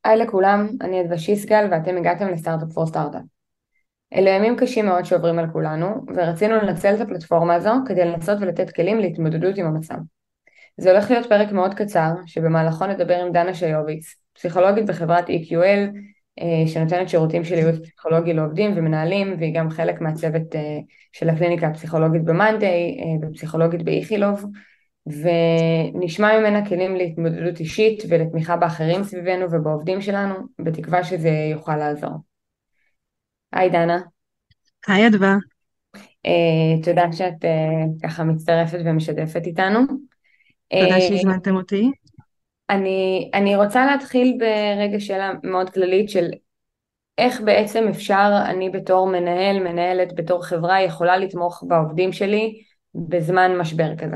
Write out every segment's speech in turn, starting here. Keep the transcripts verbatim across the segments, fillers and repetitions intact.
היי לכולם, אני אדווה שיסגל ואתם הגעתם לסטארט-אפ פור סטארט-אפ. אלו ימים קשים מאוד שעוברים על כולנו, ורצינו לנצל את הפלטפורמה הזו כדי לנסות ולתת כלים להתמודדות עם המצב. זה הולך להיות פרק מאוד קצר, שבמהלכו נדבר עם דנה שיוביץ, פסיכולוגית בחברת אי קיו אל, אה, שנותנת שירותים של ייעוץ פסיכולוגי לעובדים ומנהלים, והיא גם חלק מהצוות אה, של הקליניקה הפסיכולוגית במאנדיי, אה, ופסיכולוגית באיכילוב, ונשמע ממנה כלים להתמודדות אישית ולתמיכה באחרים סביבנו ובעובדים שלנו, בתקווה שזה יוכל לעזור. היי דנה, היי אדווה, אה, תודה שאת אה, ככה מצטרפת ומשתפת איתנו. תודה אה, שהזמנתם אותי. אני, אני רוצה להתחיל ברגע שאלה מאוד כללית של איך בעצם אפשר, אני בתור מנהל, מנהלת בתור חברה, יכולה לתמוך בעובדים שלי בזמן משבר כזה.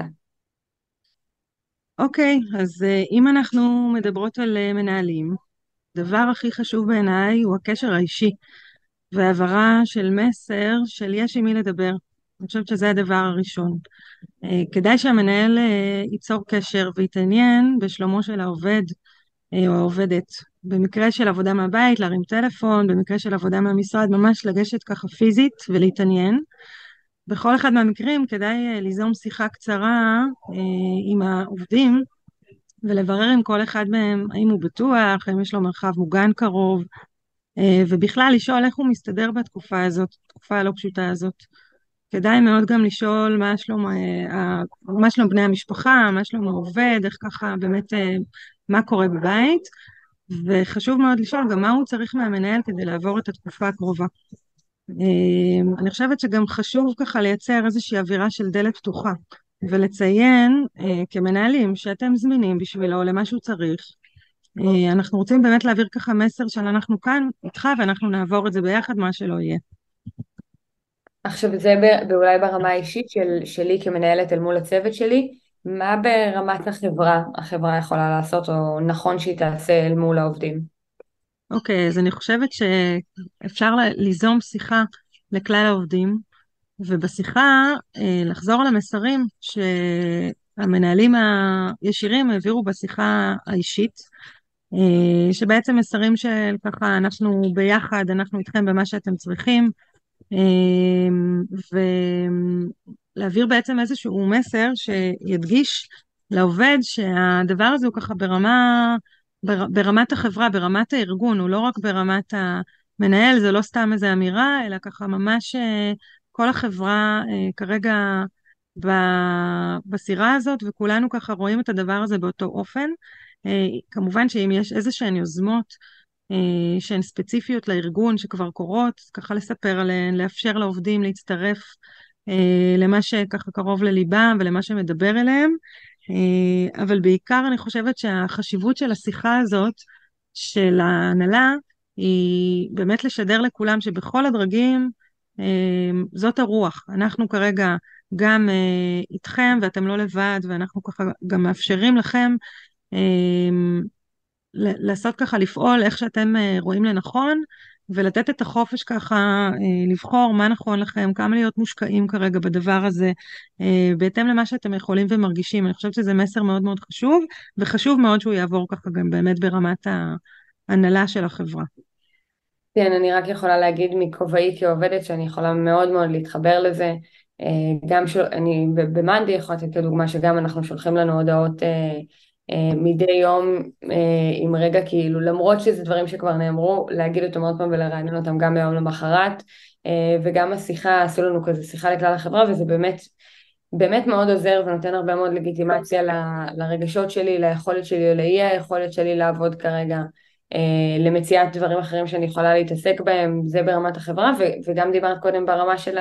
אוקיי, אז אה, אם אנחנו מדברות על אה, מנהלים, הדבר הכי חשוב בעיניי הוא הקשר האישי והעברה של מסר של יש עם מי לדבר. אני חושבת שזה הדבר הראשון. אה, כדאי שהמנהל אה, ייצור קשר ויתעניין בשלומו של העובד אה, או העובדת. במקרה של עבודה מהבית, להרים טלפון, במקרה של עבודה מהמשרד, ממש לגשת ככה פיזית ולהתעניין. בכל אחד מהמקרים כדאי אה, ליזום שיחה קצרה אה, עם העובדים ולברר עם כל אחד מהם האם הוא בטוח, האם יש לו מרחב מוגן קרוב, אה, ובכלל לשאול איך הוא מסתדר בתקופה הזאת, התקופה הלא פשוטה הזאת. כדאי מאוד גם לשאול מה שלום, אה, ה- מה שלום בני המשפחה, מה שלום העובד, איך ככה באמת, אה, מה קורה בבית, וחשוב מאוד לשאול גם מה הוא צריך מהמנהל כדי לעבור את התקופה הקרובה. אה, אני חושבת שגם חשוב ככה לייצר איזושהי אווירה של דלת פתוחה, ולציין אה, כמנהלים שאתם זמינים בשבילו למה שהוא צריך. אה, אנחנו רוצים באמת להעביר ככה מסר של אנחנו כאן איתך ואנחנו נעבור את זה ביחד, מה שלא יהיה. עכשיו זה ב- אולי ברמה האישית של, שלי כמנהלת אל מול הצוות שלי, מה ברמת החברה החברה יכולה לעשות או נכון שהיא תעשה אל מול העובדים? אוקיי, אז אני חושבת שאפשר ל- ליזום שיחה לכלל העובדים, ובשיחה אה, לחזור על המסרים שהמנהלים הישירים העבירו בשיחה האישית, אה, שבעצם מסרים של ככה אנחנו ביחד, אנחנו איתכם במה שאתם צריכים, אמ, ולהעביר בעצם איזשהו מסר שידגיש לעובד שהדבר הזה הוא ככה ברמה, בר, ברמת החברה, ברמת הארגון, הוא לא רק ברמת המנהל, זה לא סתם איזו אמירה, אלא ככה ממש אה, כל החברה אה, כרגע ב- בסירה הזאת, וכולנו ככה רואים את הדבר הזה באותו אופן. אה, כמובן שאם יש איזה שהן יוזמות אה, שהן ספציפיות לארגון שכבר קורות, ככה לספר עליהן, לאפשר לעובדים להצטרף אה, למה שככה קרוב לליבם ולמה שמדבר אליהם. אה, אבל בעיקר אני חושבת שהחשיבות של השיחה הזאת, של ההנהלה, היא באמת לשדר לכולם שבכל הדרגים אה, זאת הרוח. אנחנו כרגע גם אה, איתכם ואתם לא לבד, ואנחנו ככה גם מאפשרים לכם אה, ל- לעשות ככה, לפעול איך שאתם אה, רואים לנכון, ולתת את החופש ככה, אה, לבחור מה נכון לכם, כמה להיות מושקעים כרגע בדבר הזה, אה, בהתאם למה שאתם יכולים ומרגישים. אני חושבת שזה מסר מאוד מאוד חשוב, וחשוב מאוד שהוא יעבור ככה גם באמת ברמת ההנהלה של החברה. כן, אני רק יכולה להגיד מכובעי כעובדת שאני יכולה מאוד מאוד להתחבר לזה. אה, גם ש... אני במאנדי יכולה לתת כדוגמה שגם אנחנו שולחים לנו הודעות אה, אה, מדי יום אה, עם רגע כאילו, למרות שזה דברים שכבר נאמרו, להגיד אותם עוד פעם ולרענן אותם גם ביום למחרת. אה, וגם השיחה, עשו לנו כזה שיחה לכלל החברה, וזה באמת, באמת מאוד עוזר ונותן הרבה מאוד לגיטימציה ל- לרגשות שלי, ליכולת שלי או לאי היכולת שלי לעבוד כרגע. אה, למציאת דברים אחרים שאני יכולה להתעסק בהם, זה ברמת החברה, ו- וגם דיברת קודם ברמה של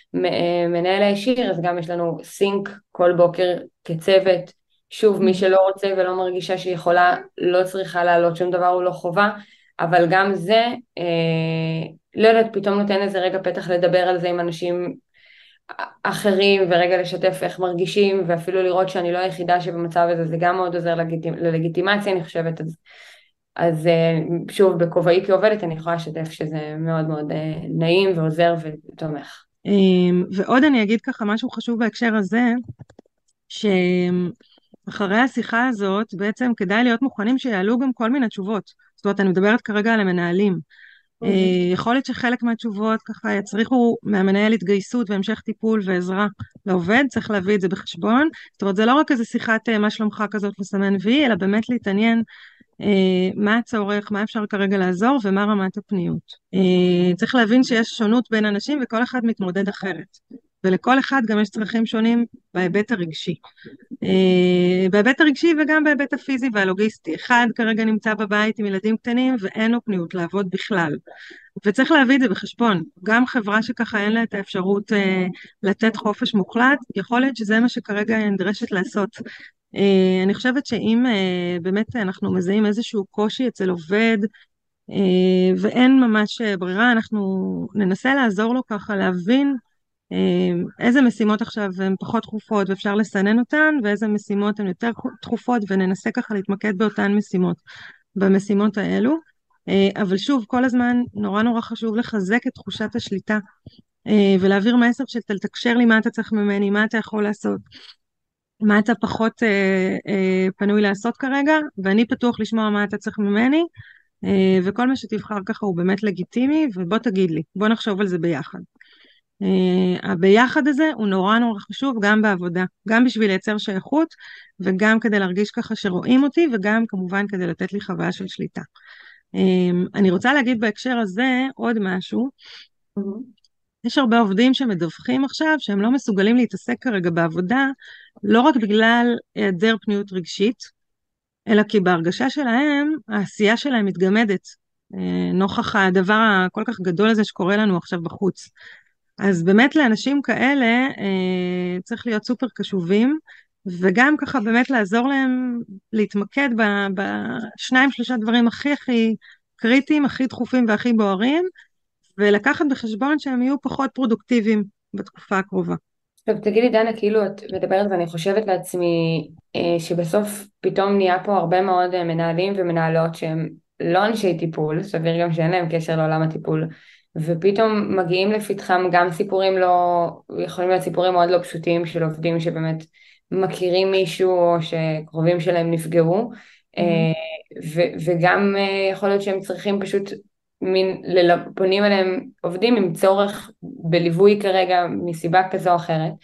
המנהל הישיר, אז גם יש לנו סינק כל בוקר כצוות. שוב, מי שלא רוצה ולא מרגישה שהיא יכולה, לא צריכה לעלות שום דבר, הוא לא חובה, אבל גם זה, אה, לא יודעת, פתאום נותן איזה רגע פתח לדבר על זה עם אנשים אחרים, ורגע לשתף איך מרגישים, ואפילו לראות שאני לא היחידה שבמצב הזה, זה גם מאוד עוזר לגיטימ... ללגיטימציה, אני חושבת. אז אז אה, שוב, בכובעי כעובדת אני יכולה לשתף שזה מאוד מאוד אה, נעים ועוזר ותומך. אמ, ועוד אני אגיד ככה משהו חשוב בהקשר הזה, שאחרי השיחה הזאת בעצם כדאי להיות מוכנים שיעלו גם כל מיני תשובות. זאת זאת אומרת, אני מדברת כרגע על המנהלים. מהמם. יכול להיות שחלק מהתשובות ככה יצריכו מהמנהל התגייסות והמשך טיפול ועזרה לעובד, צריך להביא את זה בחשבון. זאת אומרת, זה לא רק איזה שיחת מה שלומך כזאת לסמן וי, אלא באמת להתעניין מה הצורך, מה אפשר כרגע לעזור ומה רמת הפניות. צריך להבין שיש שונות בין אנשים וכל אחד מתמודד אחרת. ולכל אחד גם יש צרכים שונים בהיבט הרגשי. בהיבט הרגשי וגם בהיבט הפיזי והלוגיסטי. אחד כרגע נמצא בבית עם ילדים קטנים ואין לו פניות לעבוד בכלל. וצריך להביא את זה בחשבון. גם חברה שככה אין לה את האפשרות לתת חופש מוחלט, יכול להיות שזה מה שכרגע נדרשת לעשות. אני חושבת שאם באמת אנחנו מזהים איזשהו קושי אצל עובד, ואין ממש ברירה, אנחנו ננסה לעזור לו ככה להבין איזה משימות עכשיו הן פחות דחופות ואפשר לסנן אותן, ואיזה משימות הן יותר דחופות, וננסה ככה להתמקד באותן משימות, במשימות האלו. אבל שוב, כל הזמן נורא נורא חשוב לחזק את תחושת השליטה, ולהעביר מסר של תתקשר לי מה אתה צריך ממני, מה אתה יכול לעשות, מה אתה פחות אה, אה, פנוי לעשות כרגע, ואני פתוח לשמוע מה אתה צריך ממני, אה, וכל מה שתבחר ככה הוא באמת לגיטימי, ובוא תגיד לי, בוא נחשוב על זה ביחד. Uh, הביחד הזה הוא נורא נורא חשוב גם בעבודה, גם בשביל לייצר שייכות, וגם כדי להרגיש ככה שרואים אותי, וגם כמובן כדי לתת לי חוויה של שליטה. Uh, אני רוצה להגיד בהקשר הזה עוד משהו. יש הרבה עובדים שמדווחים עכשיו שהם לא מסוגלים להתעסק כרגע בעבודה, לא רק בגלל היעדר פניות רגשית, אלא כי בהרגשה שלהם, העשייה שלהם מתגמדת, uh, נוכח הדבר הכל כך גדול הזה שקורה לנו עכשיו בחוץ. אז באמת לאנשים כאלה אה, צריך להיות סופר קשובים, וגם ככה באמת לעזור להם להתמקד בשניים שלושה דברים הכי הכי קריטיים, הכי דחופים והכי בוערים, ולקחת בחשבון שהם יהיו פחות פרודוקטיביים בתקופה הקרובה. טוב, תגידי דנה, כאילו את מדברת ואני חושבת לעצמי אה, שבסוף פתאום נהיה פה הרבה מאוד אה, מנהלים ומנהלות שהם לא אנשי טיפול, סביר גם שאין להם קשר לעולם הטיפול, ופתאום מגיעים לפתחם גם סיפורים לא, יכולים להיות סיפורים מאוד לא פשוטים של עובדים שבאמת מכירים מישהו או שקרובים שלהם נפגעו, אה, ו- וגם אה, יכול להיות שהם צריכים פשוט מין, פונים אליהם עובדים עם צורך בליווי כרגע מסיבה כזו או אחרת.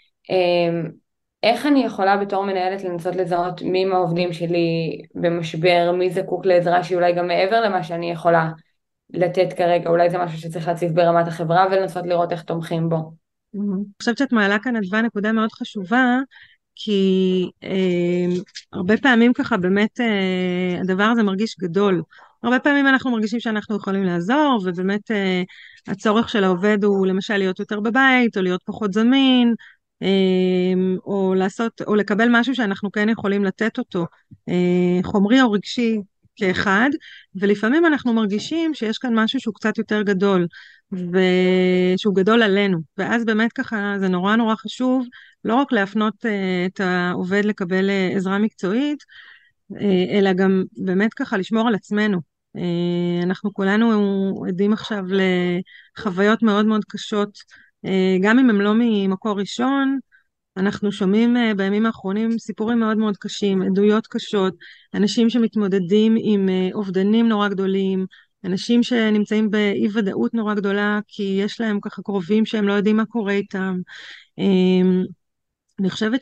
איך אני יכולה בתור מנהלת לנסות לזהות מי מהעובדים שלי במשבר, מי זקוק לעזרה שהיא אולי גם מעבר למה שאני יכולה לתת כרגע, אולי זה משהו שצריך להציף ברמת החברה ולנסות לראות איך תומכים בו. אני חושבת שאת מעלה כאן אדווה נקודה מאוד חשובה, כי אה, הרבה פעמים ככה באמת אה, הדבר הזה מרגיש גדול. הרבה פעמים אנחנו מרגישים שאנחנו יכולים לעזור, ובאמת אה, הצורך של העובד הוא למשל להיות יותר בבית, או להיות פחות זמין, אה, או לעשות, או לקבל משהו שאנחנו כן יכולים לתת אותו, אה, חומרי או רגשי כאחד, ולפעמים אנחנו מרגישים שיש כאן משהו שהוא קצת יותר גדול, ושהוא גדול עלינו, ואז באמת ככה זה נורא נורא חשוב, לא רק להפנות uh, את העובד לקבל uh, עזרה מקצועית, uh, אלא גם באמת ככה לשמור על עצמנו. Uh, אנחנו כולנו עדים עכשיו לחוויות מאוד מאוד קשות, uh, גם אם הם לא ממקור ראשון, אנחנו שומעים uh, בימים האחרונים סיפורים מאוד מאוד קשים, עדויות קשות, אנשים שמתמודדים עם uh, אובדנים נורא גדולים, אנשים שנמצאים באי ודאות נורא גדולה, כי יש להם ככה קרובים שהם לא יודעים מה קורה איתם. Uh, אני חושבת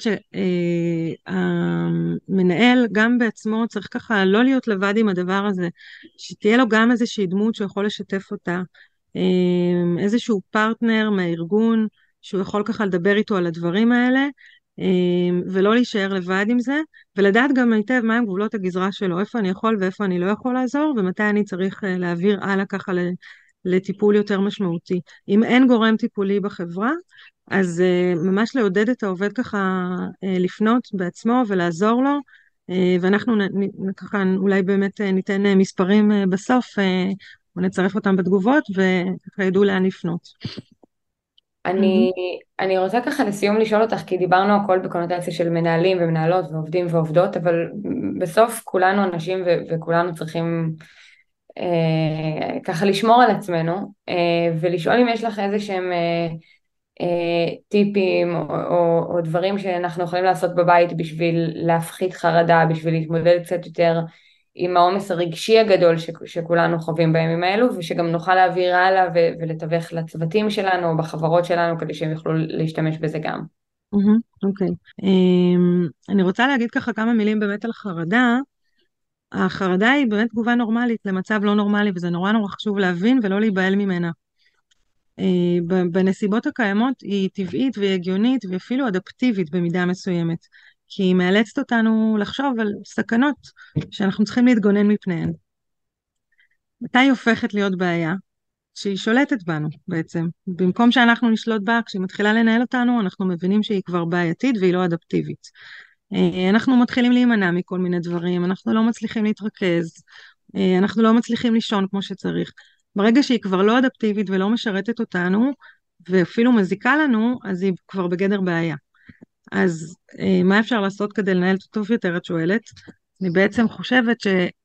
שהמנהל גם בעצמו צריך ככה לא להיות לבד עם הדבר הזה, שתהיה לו גם איזושהי דמות שהוא יכול לשתף אותה, איזשהו פרטנר מהארגון שהוא יכול ככה לדבר איתו על הדברים האלה, ולא להישאר לבד עם זה, ולדעת גם היטב מהם גבולות הגזרה שלו, איפה אני יכול ואיפה אני לא יכול לעזור, ומתי אני צריך להעביר הלאה ככה לטיפול יותר משמעותי. אם אין גורם טיפולי בחברה, אז uh, ממש לעודד את העובד ככה uh, לפנות בעצמו ולעזור לו, uh, ואנחנו נ, נ, ככה אולי באמת uh, ניתן uh, מספרים uh, בסוף, uh, ונצרף אותם בתגובות, וככה ידעו לאן לפנות. אני, mm-hmm. אני רוצה ככה לסיום לשאול אותך, כי דיברנו הכל בקונוטציה של מנהלים ומנהלות ועובדים ועובדות, אבל בסוף כולנו אנשים ו- וכולנו צריכים אה, ככה לשמור על עצמנו, אה, ולשאול אם יש לך איזה שהם אה, אה, טיפים או, או, או דברים שאנחנו יכולים לעשות בבית בשביל להפחית חרדה, בשביל להתמודד קצת יותר עם העומס הרגשי הגדול ש, שכולנו חווים בימים האלו, ושגם נוכל להעביר הלאה ו, ולתווך לצוותים שלנו או בחברות שלנו, כדי שהם יוכלו להשתמש בזה גם. מהמם, אוקיי. אמ, אני רוצה להגיד ככה כמה מילים באמת על חרדה. החרדה היא באמת תגובה נורמלית למצב לא נורמלי, וזה נורא נורא חשוב להבין ולא להיבהל ממנה. אה, ב- בנסיבות הקיימות היא טבעית והיא הגיונית ואפילו אדפטיבית במידה מסוימת, כי היא מאלצת אותנו לחשוב על סכנות שאנחנו צריכים להתגונן מפניהן. מתי היא הופכת להיות בעיה? שהיא שולטת בנו בעצם. במקום שאנחנו נשלוט בה, כשהיא מתחילה לנהל אותנו, אנחנו מבינים שהיא כבר בעייתית והיא לא אדפטיבית. אה, אנחנו מתחילים להימנע מכל מיני דברים, אנחנו לא מצליחים להתרכז, אה, אנחנו לא מצליחים לישון כמו שצריך. ברגע שהיא כבר לא אדפטיבית ולא משרתת אותנו, ואפילו מזיקה לנו, אז היא כבר בגדר בעיה. אז אה, מה אפשר לעשות כדי לנהל אותו טוב יותר, את שואלת? אני בעצם חושבת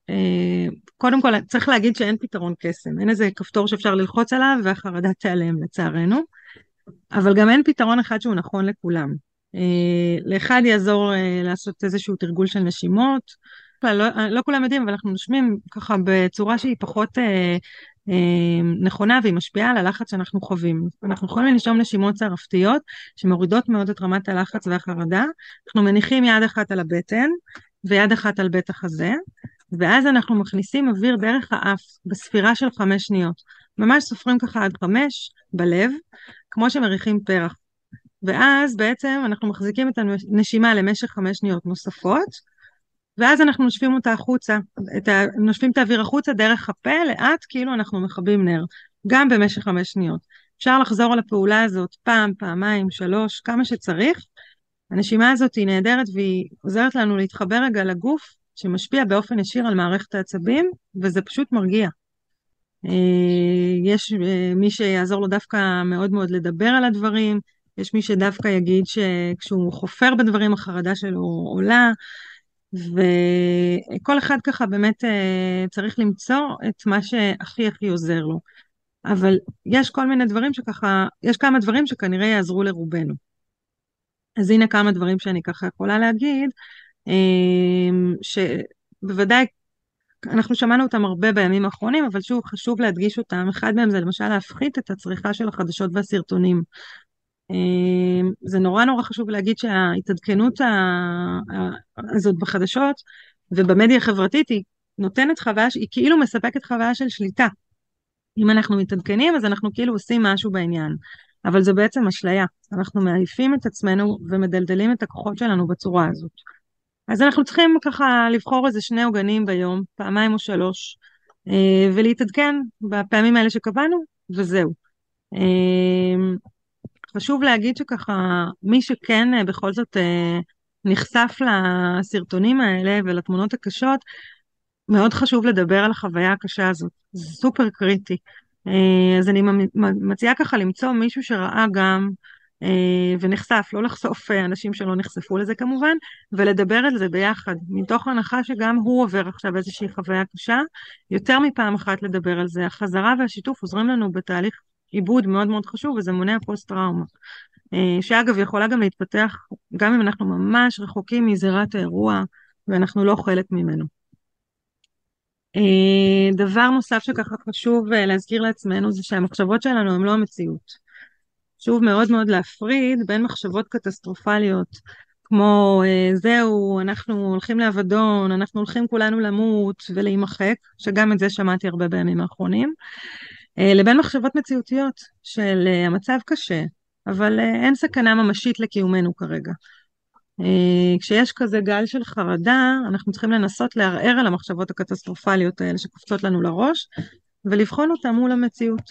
שקודם כל צריך להגיד שאין פתרון קסם, אין איזה כפתור שאפשר ללחוץ עליו והחרדה תיעלם לצערנו, אבל גם אין פתרון אחד שהוא נכון לכולם. אה, לאחד יעזור אה, לעשות איזשהו תרגול של נשימות, לא, לא, לא כולם יודעים, אבל אנחנו נושמים ככה בצורה שהיא פחות אה, אה, נכונה, והיא משפיעה על הלחץ שאנחנו חווים. אנחנו יכולים לנשום נשימות צרפתיות, שמורידות מאוד את רמת הלחץ והחרדה. אנחנו מניחים יד אחת על הבטן, ויד אחת על בית החזה, ואז אנחנו מכניסים אוויר דרך האף, בספירה של חמש שניות. ממש סופרים ככה עד חמש בלב, כמו שמריחים פרח. ואז בעצם אנחנו מחזיקים את הנשימה למשך חמש שניות נוספות, ואז אנחנו נושפים אותה החוצה, את ה... נושפים את האוויר החוצה דרך הפה, לאט כאילו אנחנו מכבים נר, גם במשך חמש שניות. אפשר לחזור על הפעולה הזאת פעם, פעמיים, שלוש, כמה שצריך. הנשימה הזאת היא נהדרת והיא עוזרת לנו להתחבר רגע לגוף, שמשפיע באופן ישיר על מערכת העצבים, וזה פשוט מרגיע. יש מי שיעזור לו דווקא מאוד מאוד לדבר על הדברים, יש מי שדווקא יגיד שכשהוא חופר בדברים החרדה שלו עולה, וכל אחד ככה באמת צריך למצוא את מה שהכי הכי עוזר לו. אבל יש כל מיני דברים שככה, יש כמה דברים שכנראה יעזרו לרובנו. אז הנה כמה דברים שאני ככה יכולה להגיד, שבוודאי אנחנו שמענו אותם הרבה בימים האחרונים, אבל שוב חשוב להדגיש אותם. אחד מהם זה למשל להפחית את הצריכה של החדשות והסרטונים. זה נורא נורא חשוב להגיד שההתעדכנות הזאת בחדשות ובמדיה החברתית היא נותנת חוויה, היא כאילו מספקת חוויה של שליטה. אם אנחנו מתעדכנים אז אנחנו כאילו עושים משהו בעניין, אבל זו בעצם אשליה. אנחנו מעיפים את עצמנו ומדלדלים את הכוחות שלנו בצורה הזאת. אז אנחנו צריכים ככה לבחור איזה שני עוגנים ביום, פעמיים או שלוש, ולהתעדכן בפעמים האלה שקבענו, וזהו. חשוב להגיד שככה, מי שכן בכל זאת נחשף לסרטונים האלה ולתמונות הקשות, מאוד חשוב לדבר על החוויה הקשה הזאת, זה סופר קריטי. אז אני מציעה ככה למצוא מישהו שראה גם ונחשף, לא לחשוף אנשים שלא נחשפו לזה כמובן, ולדבר על זה ביחד, מתוך הנחה שגם הוא עובר עכשיו איזושהי חוויה קשה, יותר מפעם אחת לדבר על זה. החזרה והשיתוף עוזרים לנו בתהליך עיבוד מאוד מאוד חשוב, וזה מונע פוסט-טראומה, שאגב יכולה גם להתפתח, גם אם אנחנו ממש רחוקים מזירת האירוע, ואנחנו לא חלק ממנו. דבר נוסף שככה חשוב להזכיר לעצמנו, זה שהמחשבות שלנו הן לא המציאות. חשוב מאוד מאוד להפריד בין מחשבות קטסטרופליות, כמו זהו, אנחנו הולכים לאבדון, אנחנו הולכים כולנו למות ולהימחק, שגם את זה שמעתי הרבה בימים האחרונים, לבין מחשבות מציאותיות של המצב קשה, אבל אין סכנה ממשית לקיומנו כרגע. כשיש כזה גל של חרדה, אנחנו צריכים לנסות לערער על המחשבות הקטסטרופליות האלה שקופצות לנו לראש, ולבחון אותם מול המציאות.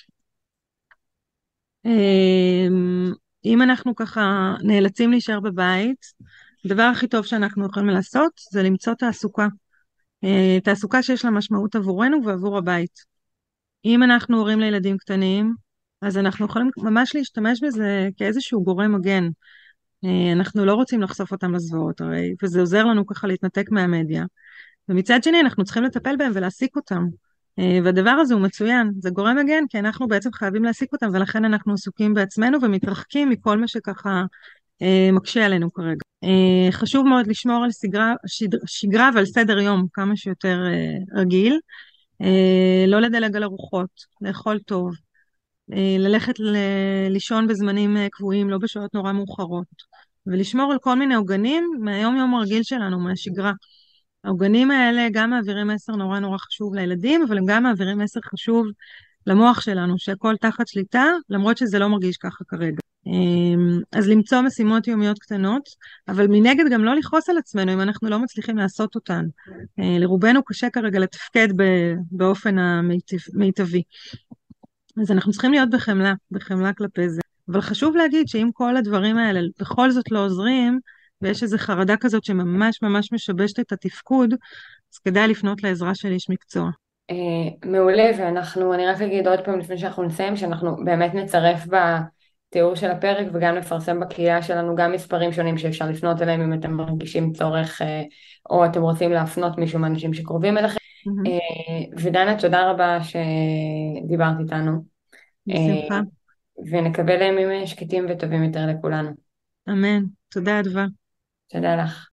אם אנחנו ככה נאלצים להישאר בבית, הדבר הכי טוב שאנחנו יכולים לעשות זה למצוא תעסוקה. תעסוקה שיש לה משמעות עבורנו ועבור הבית. אם אנחנו הורים לילדים קטנים, אז אנחנו יכולים ממש להשתמש בזה כאיזשהו גורם מגן. אנחנו לא רוצים לחשוף אותם לזוועות הרי, וזה עוזר לנו ככה להתנתק מהמדיה. ומצד שני אנחנו צריכים לטפל בהם ולהעסיק אותם. והדבר הזה הוא מצוין, זה גורם מגן, כי אנחנו בעצם חייבים להעסיק אותם, ולכן אנחנו עסוקים בעצמנו ומתרחקים מכל מה שככה מקשה עלינו כרגע. חשוב מאוד לשמור על סגרה, שגרה, שגרה ועל סדר יום כמה שיותר רגיל, לא לדלג על ארוחות, לאכול טוב, ללכת ל- לישון בזמנים קבועים, לא בשעות נורא מאוחרות, ולשמור על כל מיני עוגנים מהיום יום הרגיל שלנו, מהשגרה. העוגנים האלה גם מעבירים מסר נורא נורא חשוב לילדים, אבל הם גם מעבירים מסר חשוב למוח שלנו, שהכל תחת שליטה, למרות שזה לא מרגיש ככה כרגע. אז למצוא משימות יומיות קטנות, אבל מנגד גם לא לכעוס על עצמנו אם אנחנו לא מצליחים לעשות אותן. לרובנו קשה כרגע לתפקד באופן המיטבי. אז אנחנו צריכים להיות בחמלה, בחמלה כלפי זה. אבל חשוב להגיד שאם כל הדברים האלה בכל זאת לא עוזרים, ויש איזו חרדה כזאת שממש ממש משבשת את התפקוד, אז כדאי לפנות לעזרה של איש מקצוע. מעולה, ואנחנו, אני רק אגיד עוד פעם לפני שאנחנו נסיים, שאנחנו באמת נצרף בתיאור של הפרק וגם נפרסם בקהילה שלנו גם מספרים שונים שאפשר לפנות אליהם אם אתם מרגישים צורך או אתם רוצים להפנות מישהו מאנשים שקרובים אליכם. ודנה, תודה רבה שדיברת איתנו. בשמחה. ונקבל ימים שקטים וטובים יותר לכולנו. אמן. תודה, אדווה. תודה לך.